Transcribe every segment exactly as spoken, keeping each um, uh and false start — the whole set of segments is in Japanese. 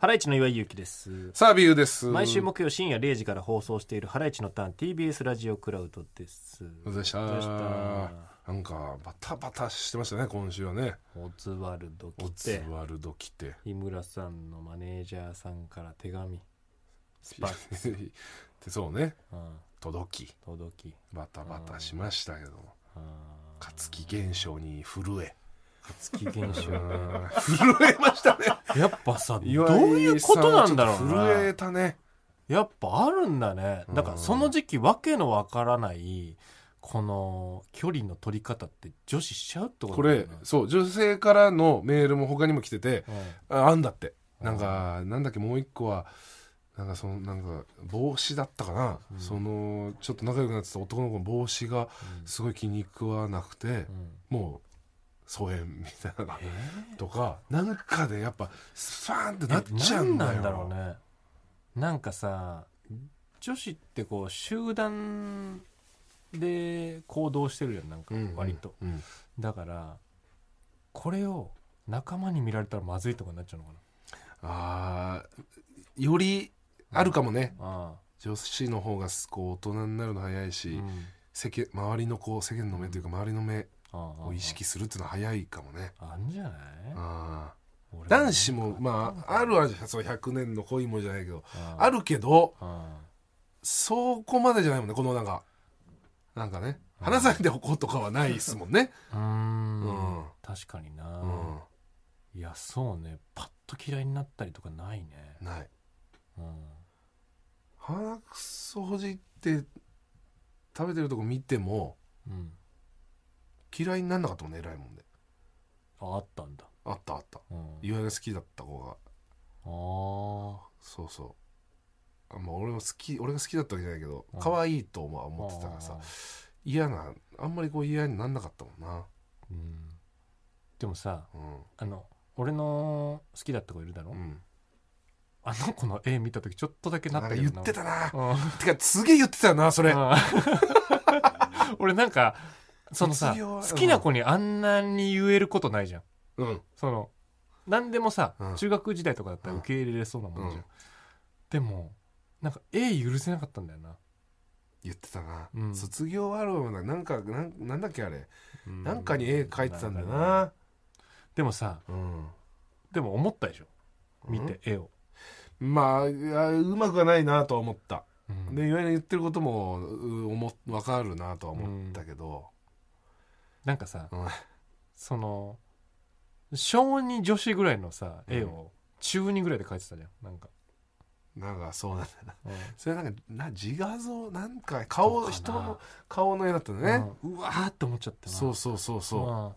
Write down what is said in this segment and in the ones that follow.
ハライチの岩井ゆきです。 サービューです。 毎週木曜深夜れいじから放送しているハライチのターン ティービーエス ラジオクラウドです。 お疲れ様でした。なんかバタバタしてましたね今週はね。 オズワルド来て、 オズワルド来て、 井村さんのマネージャーさんから手紙スパッでそうね、うん、届き届きバタバタしましたけども、勝木現象に震え勝木現象ね震えましたね。 やっぱさどういうことなんだろうな。 震えたね。 やっぱあるんだね。だからその時期わけのわからないこの距離の取り方って女子しちゃうってことだよね。 これそう女性からのメールも他にも来てて、うん、あ, あんだってなんかなんだっけもう一個はなんかそのなんか帽子だったかな、うん、そのちょっと仲良くなってた男の子の帽子がすごい気に食わなくて、うん、もう疎遠みたいなのがとかなんかでやっぱスパーンってなっちゃうんだよ。 なんなんだろうね。なんかさ女子ってこう集団で行動してるじゃんなんか割と、うんうんうん、だからこれを仲間に見られたらまずいとかになっちゃうのかな。 あーよりあるかもね、うん、あ女子の方がこう大人になるの早いし、うん、世間周りのこう世間の目というか周りの目を意識するっていうのは早いかもね。 あんじゃない。 あ男子もまああるはそうひゃくねんの恋もじゃないけど あ, あるけどそこまでじゃないもんね。このなんかなんかね話さないでおこうとかはないですもんね。 うーん、うん、確かにな、うん、いやそうねパッと嫌いになったりとかないね。 ない、うん、鼻くそほじって食べてるとこ見ても、うん、嫌いにならなかったもんね。偉いもんで。 ああったんだ。 あったあった、うん、岩井が好きだった子が。ああそうそうあ、まあ、俺も好き俺が好きだったわけじゃないけど可愛いと思ってたからさ嫌なあんまりこう嫌にならなかったもんな、うん、 でもさ、うん、あの俺の好きだった子いるだろ、うん、あの子の絵見た時ちょっとだけなったけどな。 言ってたな、うん、てかすげえ言ってたよなそれ、うん、 俺なんかそのさ好きな子にあんなに言えることないじゃん、うん、その何でもさ、うん、中学時代とかだったら受け入れれそうなもんじゃん、うん、でもなんか絵許せなかったんだよな。 言ってたな、うん、卒業アルバムだなんかなん、なんだっけあれ、うん、なんかに絵描いてたんだよな。 でもさ、うん、でも思ったでしょ見て、うん、絵をまあいやうまくはないなとは思った、うん、で岩井の言ってることも思分かるなとは思ったけど、うん、 なんかさ、うん、その小に女子ぐらいのさ絵を中にぐらいで描いてたじゃん。なんかなんかそうなんだよな、うん、それなんかな自画像なんか顔人の顔の絵だったね、 うん、うわーって思っちゃってな。 そうそうそうそう、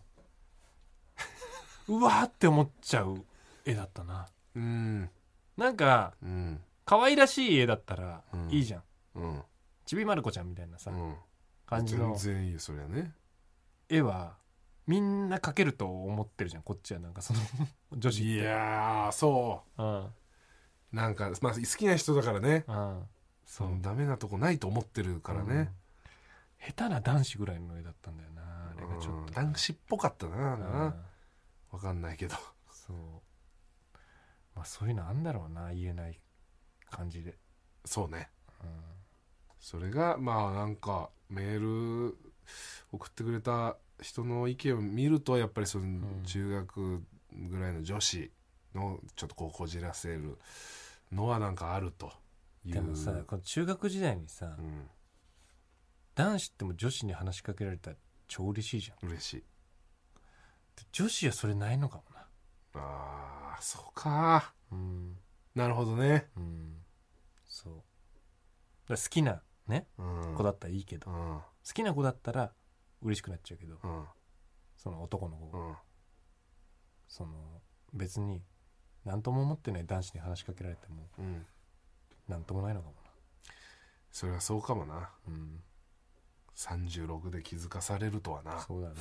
うん、うわーって思っちゃう絵だったな。うんなんか、うん、可愛らしい絵だったらいいじゃん、うん、ちびまる子ちゃんみたいなさ、うん、感じの全然いいよそれはね。 絵はみんな描けると思ってるじゃんこっちは。なんかその女子っていやーそう、うん、なんか、まあ、好きな人だからね、うん、そうダメなとこないと思ってるからね、うん、 下手な男子ぐらいの絵だったんだよなあれがちょっと、 うん、男子っぽかったな、うん、な分かんないけどそう、まあ、そういうのあんだろうな言えない感じで。 そうね、うん、それがまあなんかメール送ってくれた人の意見を見るとやっぱりその中学ぐらいの女子のちょっとこうこじらせるのはなんかあるという。 でもさこの中学時代にさ、うん、男子っても女子に話しかけられたら超嬉しいじゃん。 嬉しい。 女子はそれないのかもな。 あーそうか、うん、なるほどね、うん、 そうだ好きなね、うん、子だったらいいけど、うん、好きな子だったら嬉しくなっちゃうけど、うん、その男の子、うん、その別に何とも思ってない男子に話しかけられても、うん、何ともないのかもな。 それはそうかもな、うん、さんじゅうろくで気づかされるとはな。 そうだな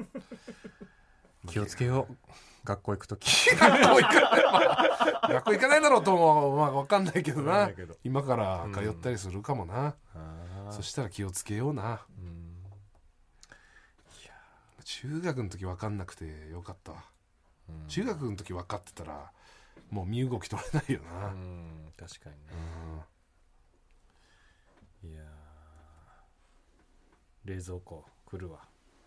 気をつけよう学校行くとき学校行かない、まあ、学校行かないだろうとも、まあ、分かんないけどなけど今から通ったりするかもな、うん、そしたら気をつけような、うん、いや中学の時分かんなくてよかったわ、うん、中学の時分かってたらもう身動き取れないよな。 うん確かにね、うん、いや冷蔵庫来るわ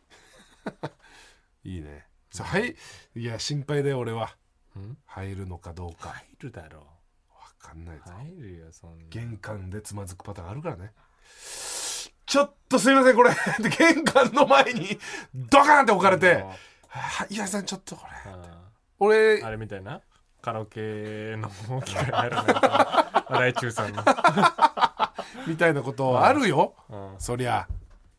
いいね。さ、はい、いや心配だよ俺は。 ん入るのかどうか。 入るだろう。 分かんないぞ。 入るよそんな。 玄関でつまずくパターンあるからね。ちょっとすいませんこれで玄関の前にドカーンって置かれて、は岩井さんちょっとこれ俺あれみたいなカラオケの機会あるなんか荒井中さんのみたいなことあるよ、 うん、 そりゃ。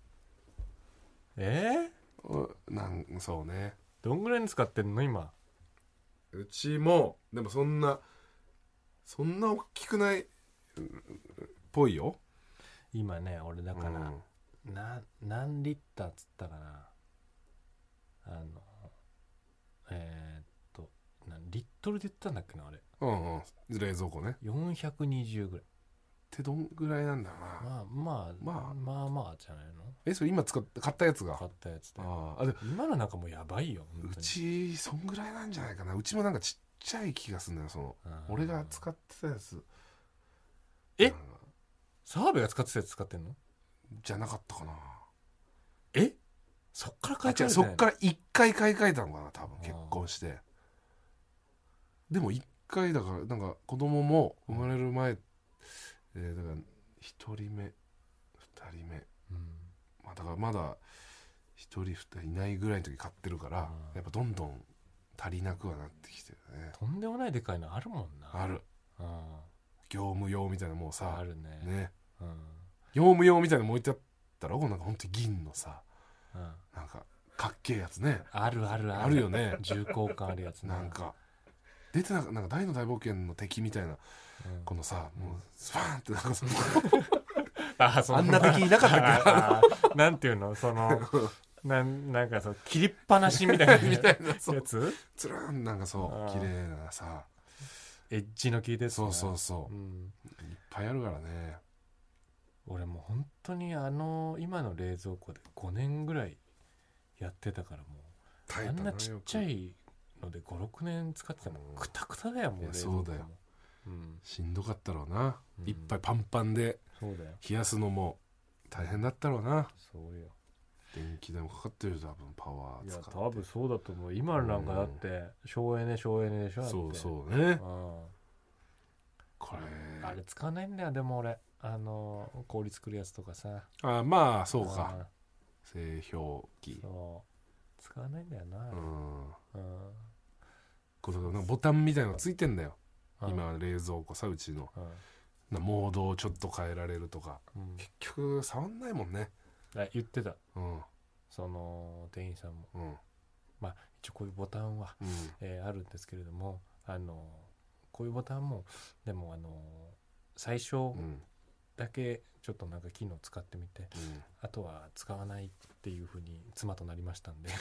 えー、なんそうね。 どんぐらいに使ってんの今。 うちもでもそんなそんな大きくないっぽいよ今ね。俺だから、うん、な何リッターっつったかな、あのえー、っと何リットルで言ったんだっけなあれ。 うんうん冷蔵庫ねよんひゃくにじゅうぐらいってどんぐらいなんだろうな。 まあまあまあまあまあじゃないの。 えそれ今使って買ったやつが買ったやつで。 ああで今のなんかもうやばいよ。 うちそんぐらいなんじゃないかな。うちもなんかちっちゃい気がするんだよその俺が使ってたやつ。 え澤部が使ってたやつ使ってんのじゃなかったかな。 えそっから買い替えたそっからいっかい買い替えたのかな多分結婚して。でもいっかいだからなんか子供も生まれる前、えー、だからひとりめふたりめ、うんまあ、だからまだひとりふたりいないぐらいの時買ってるから、うん、やっぱどんどん足りなくはなってきてるね。 とんでもないでかいのあるもんな。 ある、うん、業務用みたいなもうさあるねね、 うん、 業務用みたいなのも置いてあったらなんかほんと銀のさ、うん、なんかかっけえやつね。 あるあるあるあるよね重厚感あるやつ、ね、 なんか出てなかなんか大の大冒険の敵みたいな、うん、このさもうスパーンってなんかそのあ, そあんな敵いなかったっけなんていうのそのな ん, なんかそう切りっぱなしみたいなみたいなやつつるんなんかそう綺麗なさエッジの効いてる、ね、 そうそうそう、うん、いっぱいあるからね。 俺もう本当にあの今の冷蔵庫でごねんぐらいやってたからもうあんなちっちゃいのでごろくねん使ってたらクタクタだよもう冷蔵庫も。 そうだよ、うん、しんどかったろうな、うん、いっぱいパンパンで冷やすのも大変だったろうな。 そうよ電気代もかかってるよ多分パワー使って。 いや多分そうだと思う。今なんかだって省エネ省エネでしょ。 そうそうね、うん、これあれ使わないんだよでも俺あの氷作るやつとかさあまあそうか製氷機そう使わないんだよな、うんうん、 このボタンみたいなのついてんだよ、うん、今冷蔵庫さうちの、うん、モードをちょっと変えられるとか、うん、結局触んないもんね。 あ言ってた、 うん、 その店員さんも、 うん、 まあ一応こういうボタンは、うんえー、あるんですけれどもあのこういうボタンもでもあの最初だけちょっとなんか機能使ってみて、うん、あとは使わないっていう風に妻となりましたんで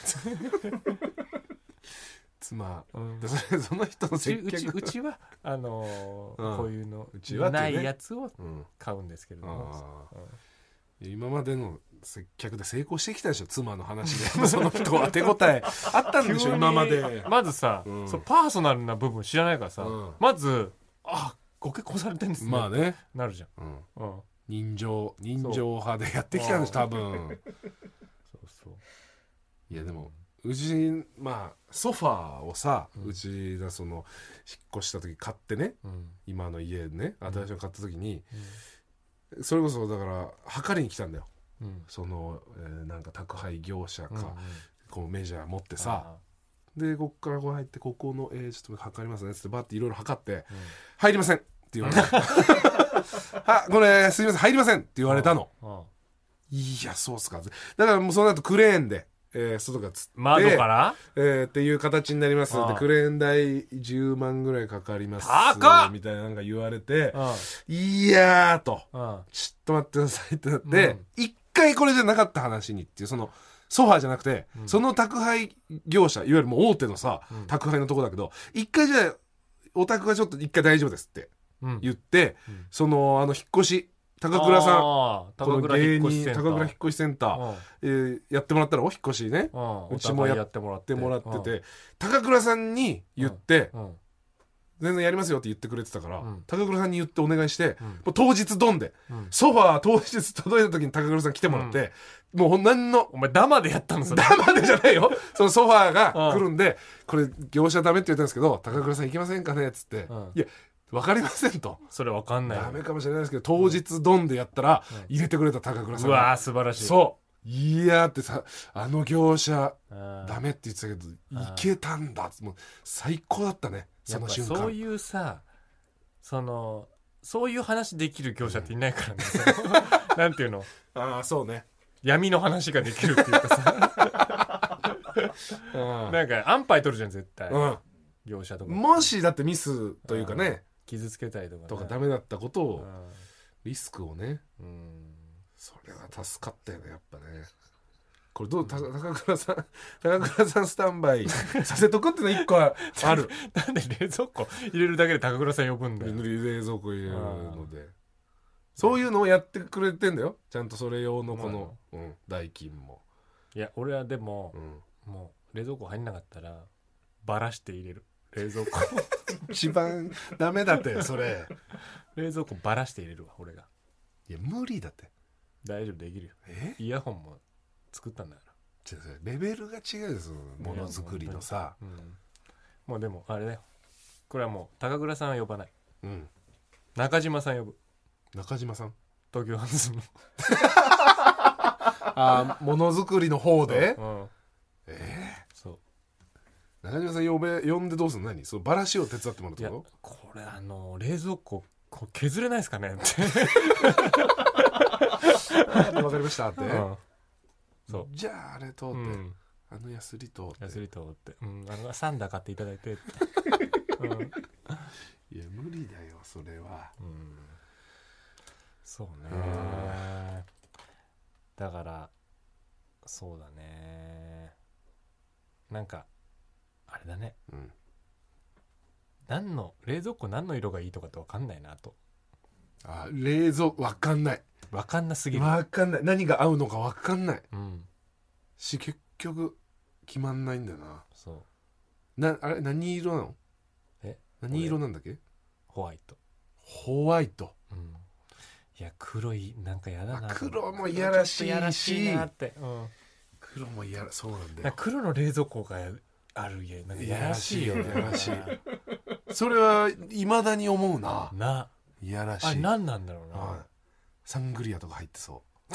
妻、うん、その人の接客うち、うちはあのーうん、こういうのうちは、ね、ないやつを買うんですけれども、 うん、今までの接客で成功してきたでしょ妻の話でその人は手応えあったんでしょ今まで。 まずさ、うん、そパーソナルな部分知らないからさ、うん、まずあご結婚されてんですねまあねなるじゃん、 うんうん、人情人情派でやってきたんです多分そうそういやでもうちまあソファーをさ、うん、うちがその引っ越した時買ってね、うん、今の家ね新しいの買った時に、うん、それこそだから測りに来たんだよ、うん、その、えー、なんか宅配業者か、うんうん、こうメジャー持ってさでこっからこう入ってここの、えー、ちょっと測りますねってバッていろいろ測って、うん、入りませんって言われたはこれすいません入りませんって言われたの、うんうん、いやそうっすかだからもうその後クレーンでえー、外がつって窓から、 えー、っていう形になりますのでクレーン代じゅうまんぐらいかかりますみたいななんか言われていやーとちょっと待ってくださいってなって一、うん、回これじゃなかった話にっていうそのソファーじゃなくて、うん、その宅配業者いわゆるもう大手のさ、うん、宅配のとこだけど一回じゃあお宅がちょっと一回大丈夫ですって言って、うんうん、そのあの引っ越し高倉さんこの芸人高倉引っ越しセンター、えー、やってもらったらお引っ越しねうちもやってもらってて高倉さんに言って、うんうん、 全然やりますよって言ってくれてたから、 うん、 高倉さんに言ってお願いして、 うん、 もう当日ドンで、うん、ソファー当日届いた時に高倉さん来てもらって、うん、もう何のお前ダマでやったのそれダマでじゃないよそのソファーが来るんで、これ業者ダメって言ったんですけど高倉さん行けませんかねっつって、うん、いや分かりませんと、 それ分かんないダメかもしれないですけど当日ドンでやったら入れてくれた高倉さんが、うわー素晴らしい。 そういやーってさ、あの業者ダメって言ってたけどいけたんだ、もう最高だったねその瞬間。 そういうさ、そのそういう話できる業者っていないからね、うん、なんていうの、 ああそうね、 闇の話ができるっていうかさなんか安牌取るじゃん絶対、うん、業者とかもしだってミスというかね、 傷つけたりとか、ね、 とかダメだったことをリスクをね、うん、それは助かったよねやっぱね。これどう、高倉さん高倉さんスタンバイさせとくっての一個あるなんで冷蔵庫入れるだけで高倉さん呼ぶんだよ。 冷蔵庫入れるのでそういうのをやってくれてんだよちゃんとそれ用のこの、うん、代金も。 いや俺はでも、うん、もう冷蔵庫入んなかったらバラして入れる冷蔵庫一番ダメだってそれ冷蔵庫バラして入れるわ俺が。 いや無理だって。 大丈夫できるよ。えイヤホンも作ったんだから。 レベルが違うですものづくりのさ、うん、 もうでもあれだよ、これはもう高倉さんは呼ばない、うん、中島さん呼ぶ。 中島さん東京ハンズのあものづくりの方で、うん、 えー、そう中島さん呼べ呼んでどうするの。何そのバラシを手伝ってもらうってこと。 これあの冷蔵庫こう削れないですかねってわかりましたって、うんそうじゃああれ通って、うん、あのヤスリ通ってヤスリ通って、うん、あのサンダー買っていただいてって、うん、 いや無理だよそれは、うん、 そうね、だからそうだね、なんかあれだね、うん、何の冷蔵庫何の色がいいとかって分かんないなと。 あ冷蔵分かんない分かんなすぎる。 分かんない何が合うのか分かんない、うん、し結局決まんないんだよな。そうなあれ何色なの。え何色なんだっけ。 ホワイト。 ホワイト、 うん、いや黒いなんかやだな。 黒もいやらしいし、 やらしいなって、うん、 黒もいやらそうなんだよ。 黒の冷蔵庫がある家なんかやらしいよね。 やらしいそれはいまだに思うな。ないやらしい。 あれ何なんだろうな、はい、 サングリアとか入ってそう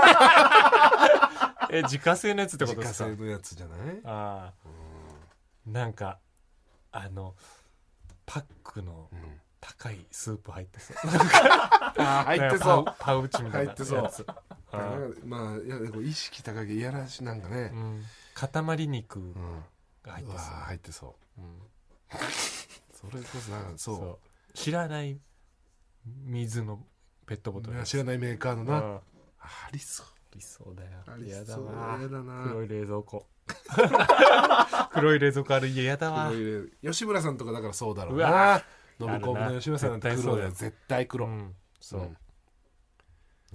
え自家製のやつってことですか。 自家製のやつじゃない。ああ、 うん、なんかあのパックの高いスープ入ってそう、うん、 あ入ってそうパウ、パウチみたいなやつ入ってそうまあいや意識高いいやらしいなんかね、うん、 塊肉が入ってそう、うん、 入ってそう、うん、それこそなんかそう、そう知らない水のペットボトル、 知らないメーカーのな、うん、ありそうありそうだよ。 ありそうやだな。 黒い冷蔵庫黒い冷蔵庫ある家やだわ。 吉村さんとかだからそうだろうな。信子の吉村さんなんて黒だよ絶対黒、うん、そう、うん、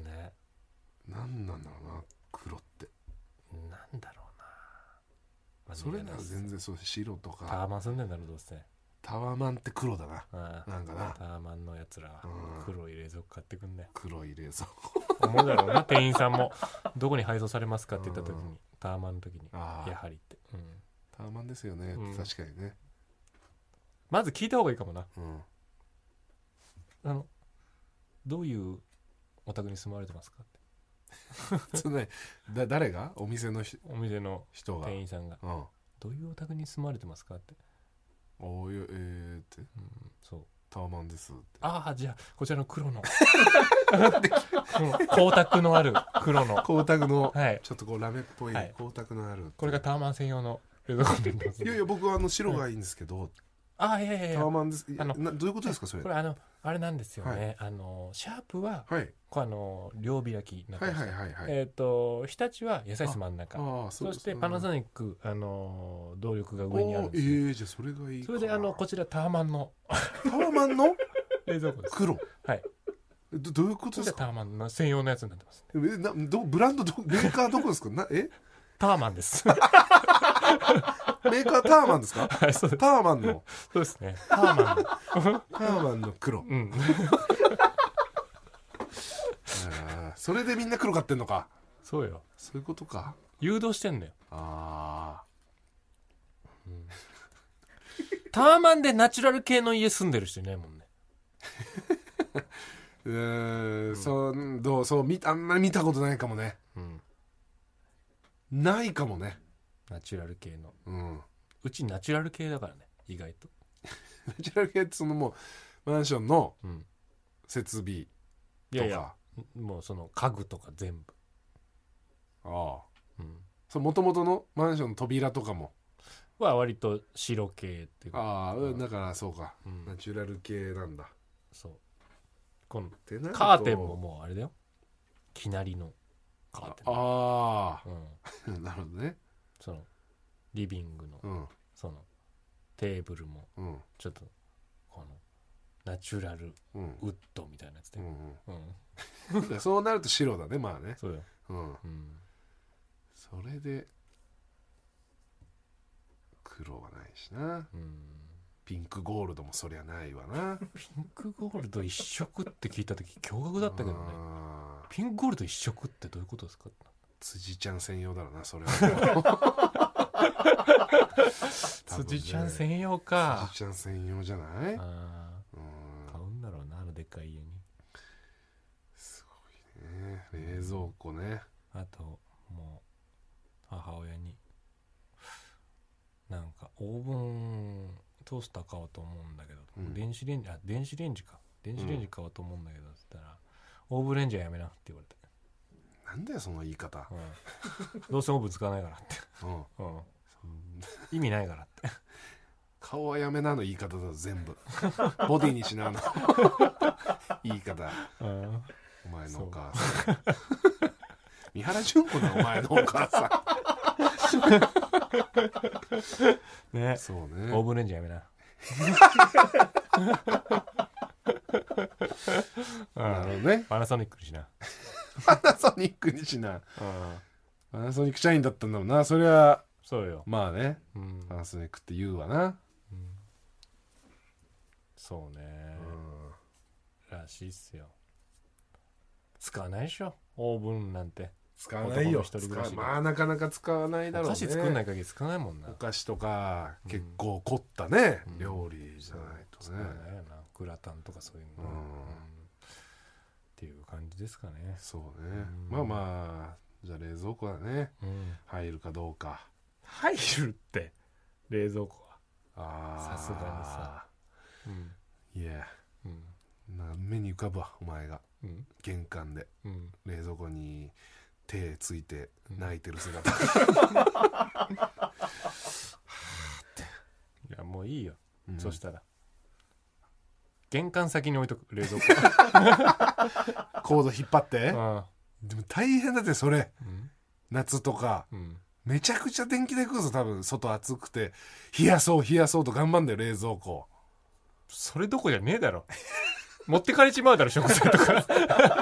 ね、なんなんだろうな黒って。 なんだろうな、 まあ、それなら全然そう白とかタワマン住んでんだろどうせ。 タワマンって黒だな。ああなんかなタワマンのやつらは黒い冷蔵庫買ってくんね。 黒い冷蔵庫思うだろうな店員さんもどこに配送されますかって言った時にタワマンの時にやはりって、うん、 タワマンですよね、うん、確かにね。 まず聞いた方がいいかもな、うん、あのどういうお宅に住まわれてますかってそれだ誰がお店の人お店の人が店員さんが、うん、どういうお宅に住まわれてますかって。 おいえーって、うん、そうタワマンですって。 ああじゃあこちらの黒の光沢のある黒の光沢の、はい、ちょっとこうラメっぽい光沢のある、はい、 これがタワマン専用の冷蔵庫になります。 いやいや僕はあの白がいいんですけど、はい、 ああいやいやいやタワマンです。あのなどういうことですかそれ。 これあのあれなんですよね、はい、あのシャープは、はい、こうあの両開きになってました、はいはいはいはい、えっ、ー、と日立は野菜室真ん中、ああ そ, そしてパナソニックあの動力が上にあるんですよ。えー、じゃあそれがいいか。 それであのこちらタワマンのタワマンの冷蔵庫です。 黒。 はい。 ど, どういうことですか。 タワマンの専用のやつになってます、 ね、えなどブランドどメーカーどこですかなえタワマンですメーカーターマンですか？ はい、そうです。 ターマンのそうですね。ターマンの。 ターマンの黒、 うん。 あそれでみんな黒買ってんのか。 そうよ。 そういうことか。 誘導してんだよ。 ああ、 うん、ターマンでナチュラル系の家住んでる人いないもんね。 えーうん、そうどうそうみあんまり見たことないかもね、うん、ないかもね、 ナチュラル系の、 うん、 うちナチュラル系だからね、意外と。 ナチュラル系ってそのもうマンションの設備とか、いやいやもうその家具とか全部、 ああ、うん、そう元々のマンションの扉とかもは割と白系っていうか、 ああ、うん、だからそうか、うん、ナチュラル系なんだ。そう、 このカーテンももうあれだよ、きなりのカーテン。 ああ、うん、なるほどね。 そのリビングの、うん、そのテーブルも、うん、ちょっとこのナチュラルウッドみたいなやつで、うんうんうん、そうなると白だね、まあね。 そうよ、うんうん、 それで黒はないしな、うん、ピンクゴールドもそりゃないわな。 ピンクゴールド一色って聞いた時驚愕だったけどね。ピンクゴールド一色ってどういうことですか？ 辻ちゃん専用だろうな、それは。 辻ちゃん専用か。 辻ちゃん専用じゃない？ あ、うん、買うんだろうな、あのでっかい家に。 すごいね、冷蔵庫ね。 あともう母親になんかオーブントースター買おうと思うんだけど、うん、電子レンジあ電子レンジか電子レンジ買おうと思うんだけど、うん、つったらオーブンレンジはやめなって言われて。 なんだよその言い方、 うん、どうせオーブン使わないからって、うんうん、意味ないからって顔はやめなの言い方だ、全部ボディにしなの言い方、うん、お前のお母さん三原純子だお前のお母さんね、そうね、 オーブンレンジやめななるほどね、パナソニックにしなパナソニックにしな、うん、パナソニック社員だったんだろうな、それは。 そうよ、 まあね、うん、パナソニックって言うわな、うん、 そうね、うん、らしいっすよ。使わないでしょオーブンなんて。 使わないよ、まあなかなか使わないだろうね。 お菓子作んない限り使わないもんな。 お菓子とか、うん、結構凝ったね、うん、料理じゃないとね、使わないよな、グラタンとかそういうの、うんうん、っていう感じですかね。 そうね、うん、まあまあじゃあ冷蔵庫だね、うん、入るかどうか。 入るって冷蔵庫はさすがにさ、 うん、いや、うん、なんか目に浮かぶわお前が、うん、玄関で、うん、冷蔵庫に手ついて泣いてる姿、うん、いやもういいよ、うん、そしたら玄関先に置いとく冷蔵庫コード引っ張って、ああでも大変だってそれ、うん、夏とか、うん、めちゃくちゃ電気代食うぞ多分。外暑くて冷やそう冷やそうと頑張んだよ冷蔵庫。 それどこじゃねえだろ持ってかれちまうだろ食材とかわ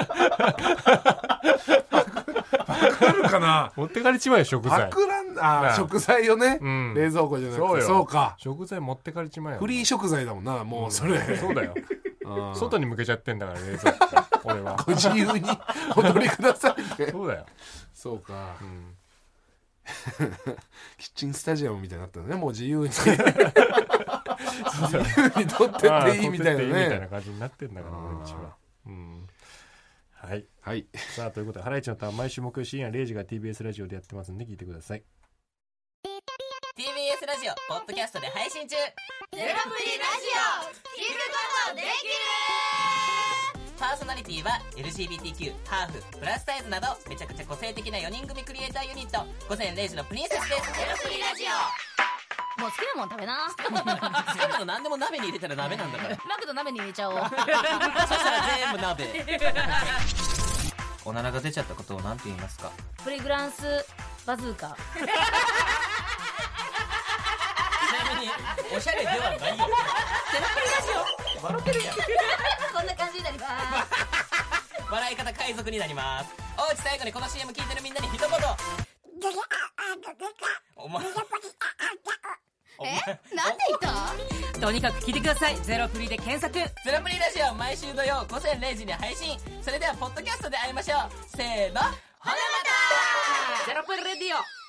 かるかな。 持ってかれちまうよ食材。 パらんあ食材をね、うん、冷蔵庫じゃなくて。そうよ、そうか、 食材持ってかれちまうよ。 フリー食材だもんなもうそれ、 うん、そうだよ外に向けちゃってんだから冷蔵庫俺はご自由にお取りくださいってそうだよ、 そうか、うん、キッチンスタジアムみたいになったのね、もう自由に自由に取ってっていいみたいなね、みたいな感じになってんだから俺んちは、うん、はい、 はい、 さあということでハライチのターン毎週木曜深夜れいじが ティービーエス ラジオでやってますんで聞いてください。 ティービーエス ラジオポッドキャストで配信中。ゼロプリラジオ聞くことできる。パーソナリティは エルジービーティーキュー、ハーフ、プラスサイズなどめちゃくちゃ個性的なよにん組クリエイターユニット午前れいじのプリンセスです。ゼロプリラジオもう好きなもん食べな好きなの何でも鍋に入れたら鍋なんだからマクド鍋に入れちゃおうそしたら全部鍋おならが出ちゃったことを何て言いますか？ プリグランスバズーカちなみにおしゃれではないよゼロプリラジオ笑ってるやんこんな感じになります笑い方海賊になります。おうち最後にこの シーエム 聞いてるみんなに一言お前えなんで言ったとにかく聞いてください。ゼロフリで検索。ゼロフリラジオ毎週土曜午前れいじに配信。それではポッドキャストで会いましょう。せーの、ほなまた。ゼロフリレディオ。